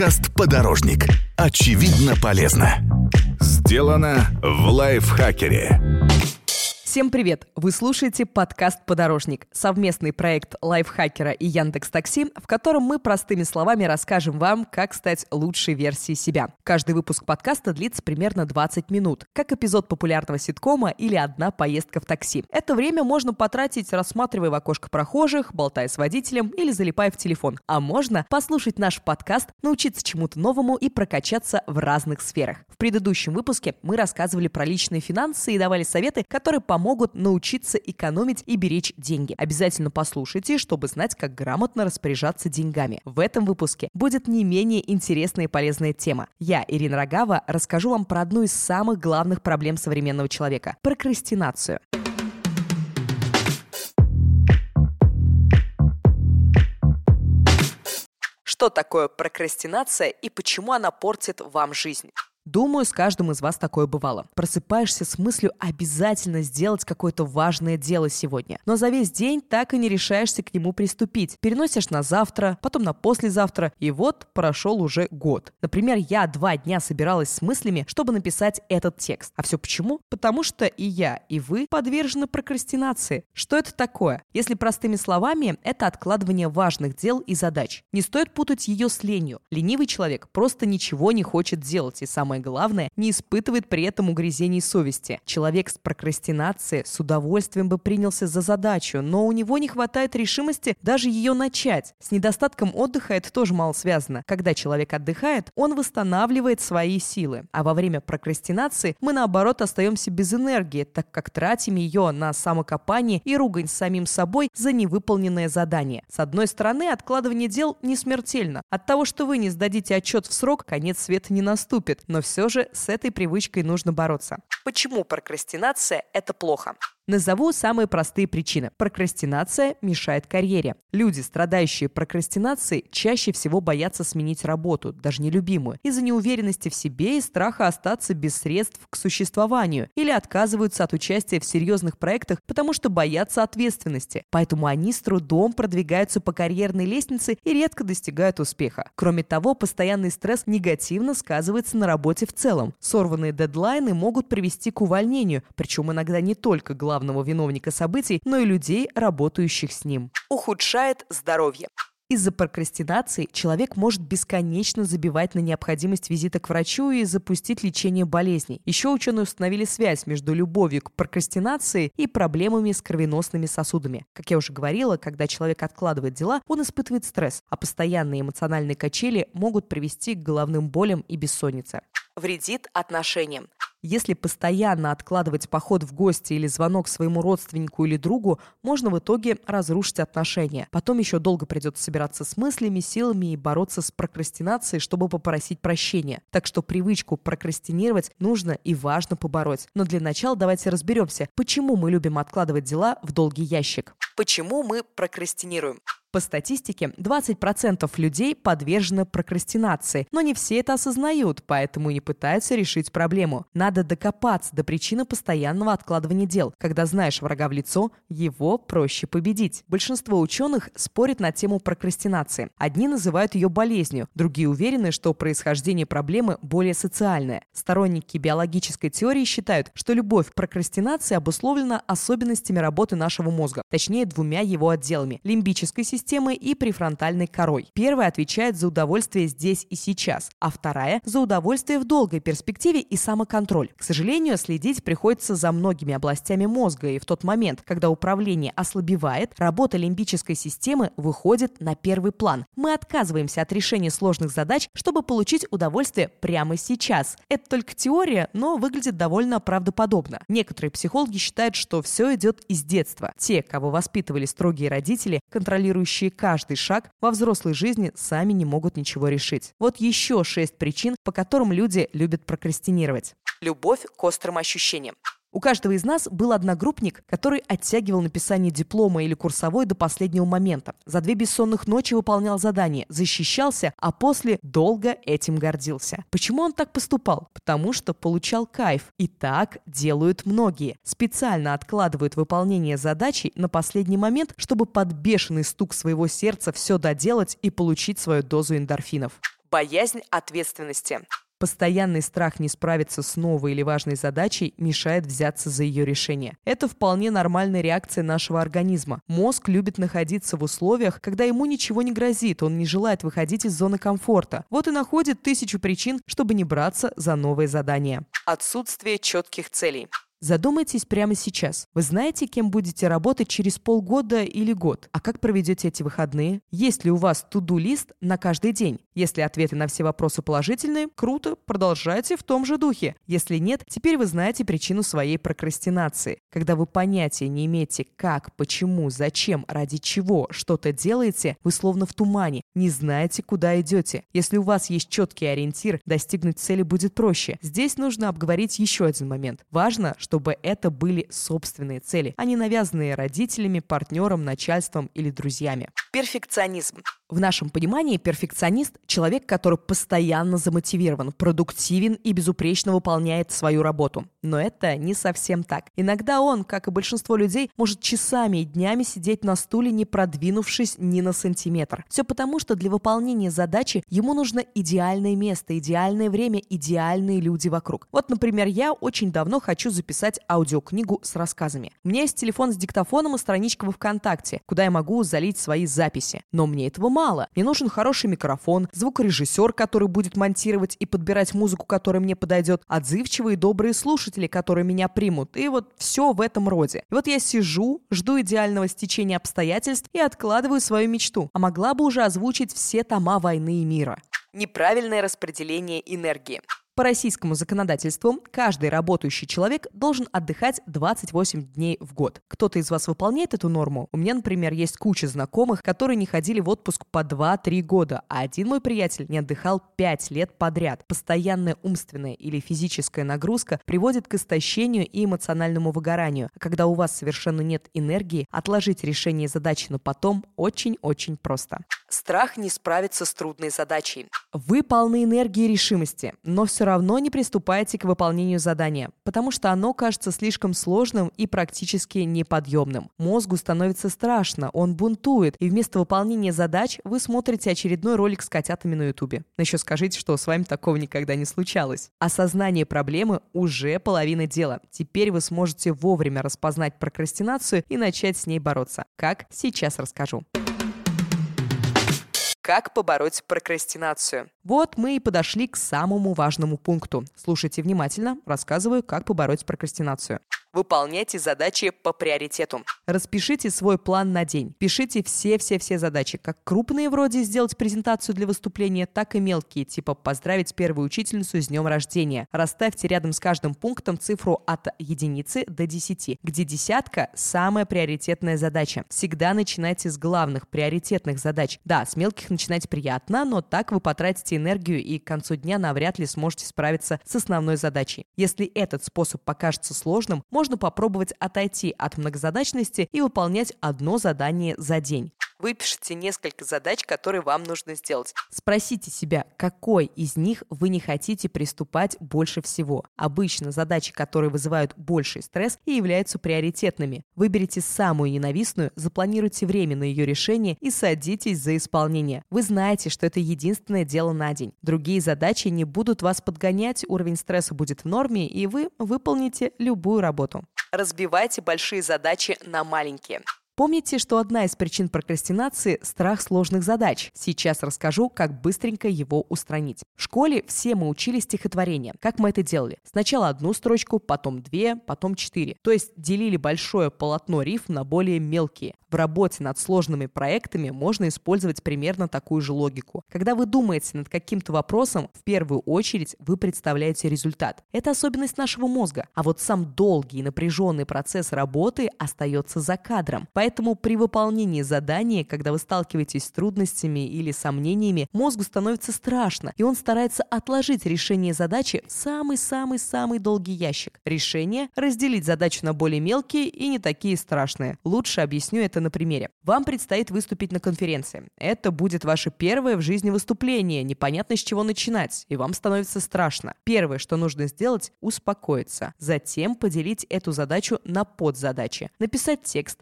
Подкаст «Подорожник». Очевидно полезно. Сделано в лайфхакере. Всем привет! Вы слушаете подкаст «Подорожник» — совместный проект лайфхакера и Яндекс.Такси, в котором мы простыми словами расскажем вам, как стать лучшей версией себя. Каждый выпуск подкаста длится примерно 20 минут, как эпизод популярного ситкома или одна поездка в такси. Это время можно потратить, рассматривая в окошко прохожих, болтая с водителем или залипая в телефон. А можно послушать наш подкаст, научиться чему-то новому и прокачаться в разных сферах. В предыдущем выпуске мы рассказывали про личные финансы и давали советы, которые помогут научиться экономить и беречь деньги. Обязательно послушайте, чтобы знать, как грамотно распоряжаться деньгами. В этом выпуске будет не менее интересная и полезная тема. Я, Ирина Рогава, расскажу вам про одну из самых главных проблем современного человека – прокрастинацию. Что такое прокрастинация и почему она портит вам жизнь? Думаю, с каждым из вас такое бывало. Просыпаешься с мыслью обязательно сделать какое-то важное дело сегодня. Но за весь день так и не решаешься к нему приступить. Переносишь на завтра, потом на послезавтра, и вот прошел уже год. Например, я 2 дня собиралась с мыслями, чтобы написать этот текст. А все почему? Потому что и я, и вы подвержены прокрастинации. Что это такое? Если простыми словами, это откладывание важных дел и задач. Не стоит путать ее с ленью. Ленивый человек просто ничего не хочет делать, и самое главное, не испытывает при этом угрызений совести. Человек с прокрастинацией с удовольствием бы принялся за задачу, но у него не хватает решимости даже ее начать. С недостатком отдыха это тоже мало связано. Когда человек отдыхает, он восстанавливает свои силы. А во время прокрастинации мы, наоборот, остаемся без энергии, так как тратим ее на самокопание и ругань с самим собой за невыполненное задание. С одной стороны, откладывание дел не смертельно. От того, что вы не сдадите отчет в срок, конец света не наступит. Но все же с этой привычкой нужно бороться. Почему прокрастинация – это плохо? Назову самые простые причины. Прокрастинация мешает карьере. Люди, страдающие прокрастинацией, чаще всего боятся сменить работу, даже нелюбимую, из-за неуверенности в себе и страха остаться без средств к существованию, или отказываются от участия в серьезных проектах, потому что боятся ответственности. Поэтому они с трудом продвигаются по карьерной лестнице и редко достигают успеха. Кроме того, постоянный стресс негативно сказывается на работе в целом. Сорванные дедлайны могут привести к увольнению, причем иногда не только главного виновника событий, но и людей, работающих с ним. Ухудшает здоровье. Из-за прокрастинации человек может бесконечно забивать на необходимость визита к врачу и запустить лечение болезней. Еще ученые установили связь между любовью к прокрастинации и проблемами с кровеносными сосудами. Как я уже говорила, когда человек откладывает дела, он испытывает стресс, а постоянные эмоциональные качели могут привести к головным болям и бессоннице. Вредит отношениям. Если постоянно откладывать поход в гости или звонок своему родственнику или другу, можно в итоге разрушить отношения. Потом еще долго придется собираться с мыслями, силами и бороться с прокрастинацией, чтобы попросить прощения. Так что привычку прокрастинировать нужно и важно побороть. Но для начала давайте разберемся, почему мы любим откладывать дела в долгий ящик. Почему мы прокрастинируем? По статистике, 20% людей подвержены прокрастинации, но не все это осознают, поэтому и не пытаются решить проблему. Надо докопаться до причины постоянного откладывания дел. Когда знаешь врага в лицо, его проще победить. Большинство ученых спорят на тему прокрастинации. Одни называют ее болезнью, другие уверены, что происхождение проблемы более социальное. Сторонники биологической теории считают, что любовь к прокрастинации обусловлена особенностями работы нашего мозга, точнее 2 его отделами – лимбической системой и префронтальной корой. Первая отвечает за удовольствие здесь и сейчас, а вторая – за удовольствие в долгой перспективе и самоконтроль. К сожалению, следить приходится за многими областями мозга, и в тот момент, когда управление ослабевает, работа лимбической системы выходит на первый план. Мы отказываемся от решения сложных задач, чтобы получить удовольствие прямо сейчас. Это только теория, но выглядит довольно правдоподобно. Некоторые психологи считают, что все идет из детства. Те, кого воспитывали строгие родители, контролирующие каждый шаг, во взрослой жизни сами не могут ничего решить. Вот еще 6 причин, по которым люди любят прокрастинировать. Любовь к острым ощущениям. У каждого из нас был одногруппник, который оттягивал написание диплома или курсовой до последнего момента. За 2 бессонных ночи выполнял задание, защищался, а после долго этим гордился. Почему он так поступал? Потому что получал кайф. И так делают многие. Специально откладывают выполнение задачи на последний момент, чтобы под бешеный стук своего сердца все доделать и получить свою дозу эндорфинов. Боязнь ответственности. Постоянный страх не справиться с новой или важной задачей мешает взяться за ее решение. Это вполне нормальная реакция нашего организма. Мозг любит находиться в условиях, когда ему ничего не грозит, он не желает выходить из зоны комфорта. Вот и находит 1000 причин, чтобы не браться за новые задания. Отсутствие четких целей. Задумайтесь прямо сейчас. Вы знаете, кем будете работать через полгода или год? А как проведете эти выходные? Есть ли у вас to-do-лист на каждый день? Если ответы на все вопросы положительные, круто, продолжайте в том же духе. Если нет, теперь вы знаете причину своей прокрастинации. Когда вы понятия не имеете, как, почему, зачем, ради чего что-то делаете, вы словно в тумане, не знаете, куда идете. Если у вас есть четкий ориентир, достигнуть цели будет проще. Здесь нужно обговорить еще один момент. Важно, чтобы это были собственные цели, а не навязанные родителями, партнером, начальством или друзьями. Перфекционизм. В нашем понимании перфекционист – человек, который постоянно замотивирован, продуктивен и безупречно выполняет свою работу. Но это не совсем так. Иногда он, как и большинство людей, может часами и днями сидеть на стуле, не продвинувшись ни на сантиметр. Все потому, что для выполнения задачи ему нужно идеальное место, идеальное время, идеальные люди вокруг. Вот, например, я очень давно хочу записать аудиокнигу с рассказами. У меня есть телефон с диктофоном и страничка во ВКонтакте, куда я могу залить свои записи. Но мне этого мало. Мне нужен хороший микрофон, звукорежиссер, который будет монтировать и подбирать музыку, которая мне подойдет, отзывчивые и добрые слушатели, которые меня примут, и вот все в этом роде. И вот я сижу, жду идеального стечения обстоятельств и откладываю свою мечту, а могла бы уже озвучить все тома «Войны и мира». Неправильное распределение энергии. По российскому законодательству каждый работающий человек должен отдыхать 28 дней в год. Кто-то из вас выполняет эту норму? У меня, например, есть куча знакомых, которые не ходили в отпуск по 2-3 года, а один мой приятель не отдыхал 5 лет подряд. Постоянная умственная или физическая нагрузка приводит к истощению и эмоциональному выгоранию. А когда у вас совершенно нет энергии, отложить решение задачи на потом очень-очень просто. Страх не справиться с трудной задачей. Вы полны энергии и решимости, но все равно не приступаете к выполнению задания, потому что оно кажется слишком сложным и практически неподъемным. Мозгу становится страшно, он бунтует, и вместо выполнения задач вы смотрите очередной ролик с котятами на Ютубе. Но еще скажите, что с вами такого никогда не случалось. Осознание проблемы уже половина дела. Теперь вы сможете вовремя распознать прокрастинацию и начать с ней бороться. Как? Сейчас расскажу. Как побороть прокрастинацию? Вот мы и подошли к самому важному пункту. Слушайте внимательно, рассказываю, как побороть прокрастинацию. Выполняйте задачи по приоритету. Распишите свой план на день. Пишите все задачи, как крупные, вроде сделать презентацию для выступления, так и мелкие, типа поздравить первую учительницу с днем рождения. Расставьте рядом с каждым пунктом цифру от 1 до 10, где 10 – самая приоритетная задача. Всегда начинайте с главных, приоритетных задач. Да, с мелких начинать приятно, но так вы потратите энергию и к концу дня навряд ли сможете справиться с основной задачей. Если этот способ покажется сложным, можно попробовать отойти от многозадачности и выполнять одно задание за день. Выпишите несколько задач, которые вам нужно сделать. Спросите себя, какой из них вы не хотите приступать больше всего. Обычно задачи, которые вызывают больший стресс и являются приоритетными. Выберите самую ненавистную, запланируйте время на ее решение и садитесь за исполнение. Вы знаете, что это единственное дело на день. Другие задачи не будут вас подгонять, уровень стресса будет в норме, и вы выполните любую работу. Разбивайте большие задачи на маленькие. Помните, что одна из причин прокрастинации – страх сложных задач. Сейчас расскажу, как быстренько его устранить. В школе все мы учили стихотворение. Как мы это делали? Сначала 1 строчку, потом 2, потом 4. То есть делили большое полотно рифм на более мелкие. В работе над сложными проектами можно использовать примерно такую же логику. Когда вы думаете над каким-то вопросом, в первую очередь вы представляете результат. Это особенность нашего мозга. А вот сам долгий и напряженный процесс работы остается за кадром. Поэтому при выполнении задания, когда вы сталкиваетесь с трудностями или сомнениями, мозгу становится страшно, и он старается отложить решение задачи в самый-самый-самый долгий ящик. Решение – разделить задачу на более мелкие и не такие страшные. Лучше объясню это на примере. Вам предстоит выступить на конференции. Это будет ваше первое в жизни выступление, непонятно с чего начинать, и вам становится страшно. Первое, что нужно сделать – успокоиться. Затем поделить эту задачу на подзадачи. Написать текст, подготовить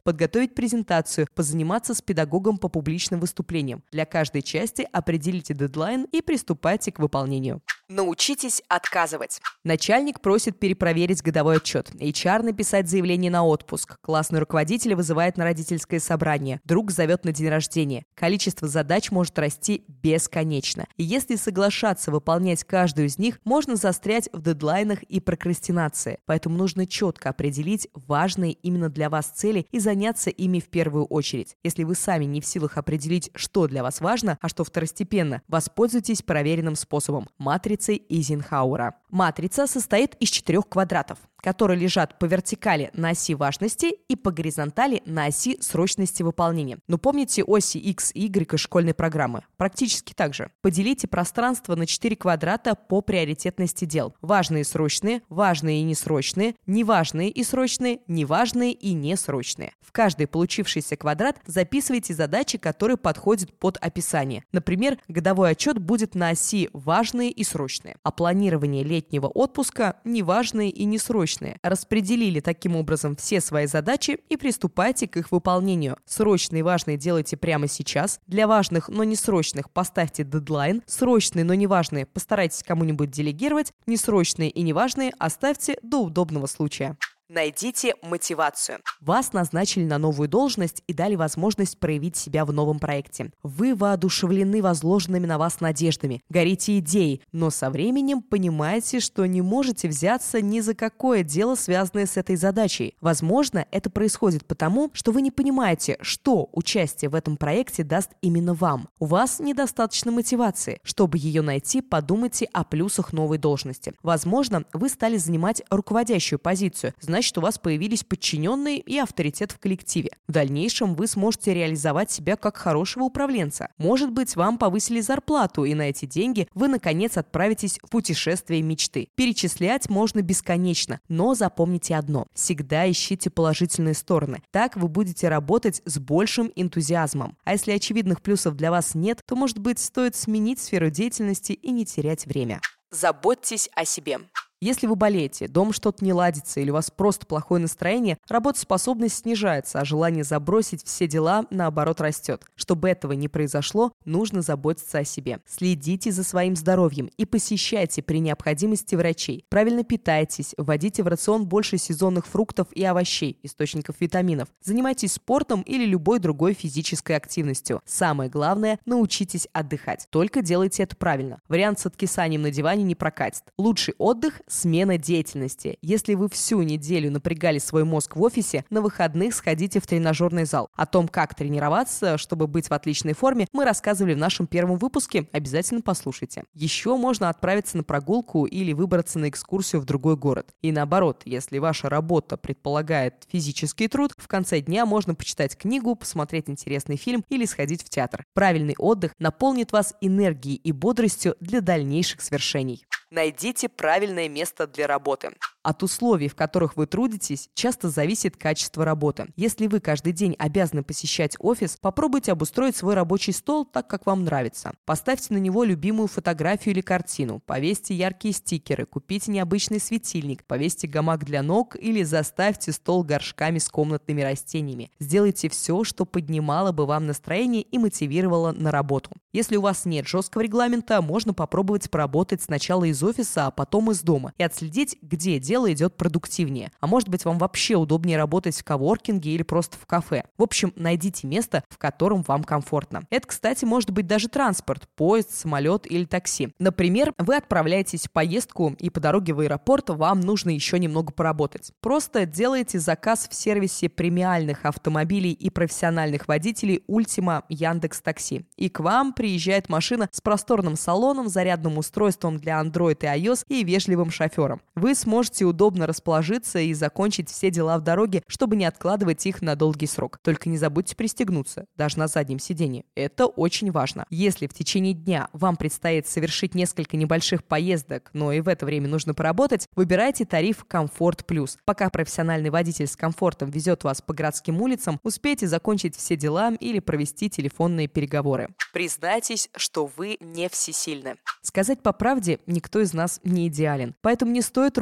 построить презентацию, позаниматься с педагогом по публичным выступлениям. Для каждой части определите дедлайн и приступайте к выполнению. Научитесь отказывать. Начальник просит перепроверить годовой отчет. HR написать заявление на отпуск. Классный руководитель вызывает на родительское собрание. Друг зовет на день рождения. Количество задач может расти бесконечно. И если соглашаться выполнять каждую из них, можно застрять в дедлайнах и прокрастинации. Поэтому нужно четко определить важные именно для вас цели и заняться ими в первую очередь. Если вы сами не в силах определить, что для вас важно, а что второстепенно, воспользуйтесь проверенным способом – матрицей Эйзенхауэра. Матрица состоит из 4 квадратов, которые лежат по вертикали на оси важности и по горизонтали на оси срочности выполнения. Но помните оси X и Y из школьной программы? Практически так же. Поделите пространство на 4 квадрата по приоритетности дел. Важные и срочные, важные и несрочные, неважные и срочные, неважные и несрочные. В каждый получившийся квадрат записывайте задачи, которые подходят под описание. Например, годовой отчет будет на оси важные и срочные, а планирование летнего отпуска неважные и несрочные. Распределили таким образом все свои задачи и приступайте к их выполнению. Срочные и важные делайте прямо сейчас. Для важных, но не срочных поставьте дедлайн. Срочные, но не важные постарайтесь кому-нибудь делегировать. Несрочные и неважные оставьте до удобного случая. Найдите мотивацию. Вас назначили на новую должность и дали возможность проявить себя в новом проекте. Вы воодушевлены возложенными на вас надеждами, горите идеей, но со временем понимаете, что не можете взяться ни за какое дело, связанное с этой задачей. Возможно, это происходит потому, что вы не понимаете, что участие в этом проекте даст именно вам. У вас недостаточно мотивации. Чтобы ее найти, подумайте о плюсах новой должности. Возможно, вы стали занимать руководящую позицию, значит, у вас появились подчиненные и авторитет в коллективе. В дальнейшем вы сможете реализовать себя как хорошего управленца. Может быть, вам повысили зарплату, и на эти деньги вы, наконец, отправитесь в путешествие мечты. Перечислять можно бесконечно, но запомните одно – всегда ищите положительные стороны. Так вы будете работать с большим энтузиазмом. А если очевидных плюсов для вас нет, то, может быть, стоит сменить сферу деятельности и не терять время. Заботьтесь о себе. Если вы болеете, дома что-то не ладится или у вас просто плохое настроение, работоспособность снижается, а желание забросить все дела, наоборот, растет. Чтобы этого не произошло, нужно заботиться о себе. Следите за своим здоровьем и посещайте при необходимости врачей. Правильно питайтесь, вводите в рацион больше сезонных фруктов и овощей, источников витаминов. Занимайтесь спортом или любой другой физической активностью. Самое главное – научитесь отдыхать. Только делайте это правильно. Вариант с откисанием на диване не прокатит. Лучший отдых – смена деятельности. Если вы всю неделю напрягали свой мозг в офисе, на выходных сходите в тренажерный зал. О том, как тренироваться, чтобы быть в отличной форме, мы рассказывали в нашем первом выпуске. Обязательно послушайте. Еще можно отправиться на прогулку или выбраться на экскурсию в другой город. И наоборот, если ваша работа предполагает физический труд, в конце дня можно почитать книгу, посмотреть интересный фильм или сходить в театр. Правильный отдых наполнит вас энергией и бодростью для дальнейших свершений. Найдите правильное место для работы. От условий, в которых вы трудитесь, часто зависит качество работы. Если вы каждый день обязаны посещать офис, попробуйте обустроить свой рабочий стол так, как вам нравится. Поставьте на него любимую фотографию или картину, повесьте яркие стикеры, купите необычный светильник, повесьте гамак для ног или заставьте стол горшками с комнатными растениями. Сделайте все, что поднимало бы вам настроение и мотивировало на работу. Если у вас нет жесткого регламента, можно попробовать поработать сначала из офиса, а потом из дома и отследить, где дело идет продуктивнее. А может быть, вам вообще удобнее работать в коворкинге или просто в кафе. В общем, найдите место, в котором вам комфортно. Это, кстати, может быть даже транспорт, поезд, самолет или такси. Например, вы отправляетесь в поездку, и по дороге в аэропорт вам нужно еще немного поработать. Просто делайте заказ в сервисе премиальных автомобилей и профессиональных водителей Ultima Яндекс.Такси. И к вам приезжает машина с просторным салоном, зарядным устройством для Android и iOS и вежливым шофером. Вы сможете удобно расположиться и закончить все дела в дороге, чтобы не откладывать их на долгий срок. Только не забудьте пристегнуться, даже на заднем сидении. Это очень важно. Если в течение дня вам предстоит совершить несколько небольших поездок, но и в это время нужно поработать, выбирайте тариф «Комфорт Плюс». Пока профессиональный водитель с комфортом везет вас по городским улицам, успейте закончить все дела или провести телефонные переговоры. Признайтесь, что вы не всесильны. Сказать по правде, никто из нас не идеален. Поэтому не стоит ругать себя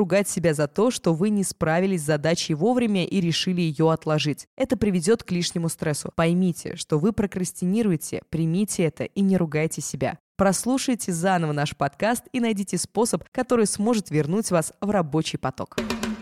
себя за то, что вы не справились с задачей вовремя и решили ее отложить. Это приведет к лишнему стрессу. Поймите, что вы прокрастинируете, примите это и не ругайте себя. Прослушайте заново наш подкаст и найдите способ, который сможет вернуть вас в рабочий поток.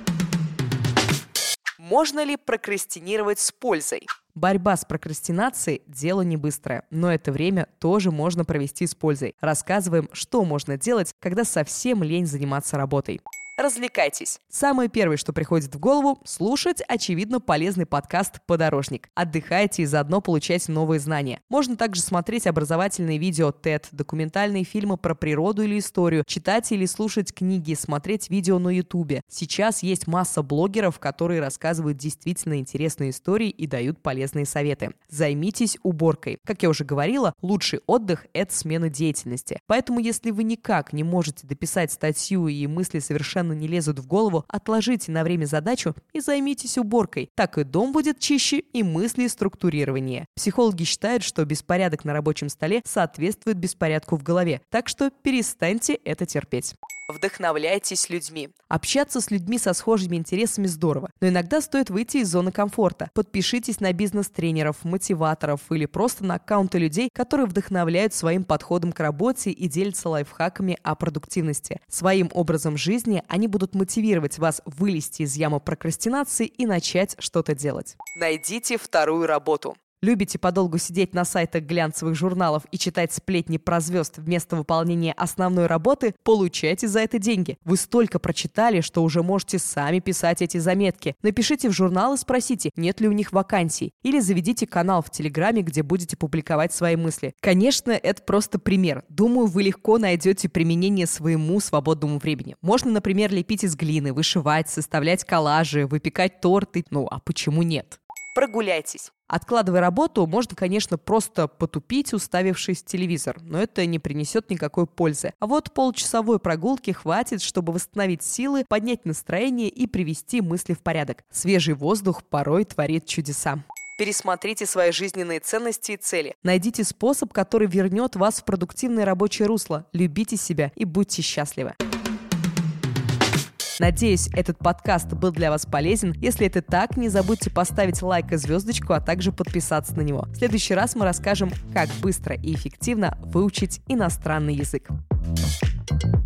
Можно ли прокрастинировать с пользой? Борьба с прокрастинацией – дело не быстрое, но это время тоже можно провести с пользой. Рассказываем, что можно делать, когда совсем лень заниматься работой. Развлекайтесь. Самое первое, что приходит в голову – слушать, очевидно, полезный подкаст «Подорожник». Отдыхайте и заодно получайте новые знания. Можно также смотреть образовательные видео TED, документальные фильмы про природу или историю, читать или слушать книги, смотреть видео на YouTube. Сейчас есть масса блогеров, которые рассказывают действительно интересные истории и дают полезные советы. Займитесь уборкой. Как я уже говорила, лучший отдых – это смена деятельности. Поэтому, если вы никак не можете дописать статью и мысли совершенно не лезут в голову, отложите на время задачу и займитесь уборкой. Так и дом будет чище, и мысли структурированнее. Психологи считают, что беспорядок на рабочем столе соответствует беспорядку в голове, так что перестаньте это терпеть. Вдохновляйтесь людьми. Общаться с людьми со схожими интересами здорово, но иногда стоит выйти из зоны комфорта. Подпишитесь на бизнес-тренеров, мотиваторов или просто на аккаунты людей, которые вдохновляют своим подходом к работе и делятся лайфхаками о продуктивности. Своим образом жизни они будут мотивировать вас вылезти из ямы прокрастинации и начать что-то делать. Найдите вторую работу. Любите подолгу сидеть на сайтах глянцевых журналов и читать сплетни про звезд вместо выполнения основной работы? Получайте за это деньги. Вы столько прочитали, что уже можете сами писать эти заметки. Напишите в журнал и спросите, нет ли у них вакансий. Или заведите канал в Телеграме, где будете публиковать свои мысли. Конечно, это просто пример. Думаю, вы легко найдете применение своему свободному времени. Можно, например, лепить из глины, вышивать, составлять коллажи, выпекать торты. Ну, а почему нет? Прогуляйтесь. Откладывая работу, можно, конечно, просто потупить, уставившись в телевизор, но это не принесет никакой пользы. А вот получасовой прогулки хватит, чтобы восстановить силы, поднять настроение и привести мысли в порядок. Свежий воздух порой творит чудеса. Пересмотрите свои жизненные ценности и цели. Найдите способ, который вернет вас в продуктивное рабочее русло. Любите себя и будьте счастливы. Надеюсь, этот подкаст был для вас полезен. Если это так, не забудьте поставить лайк и звездочку, а также подписаться на него. В следующий раз мы расскажем, как быстро и эффективно выучить иностранный язык.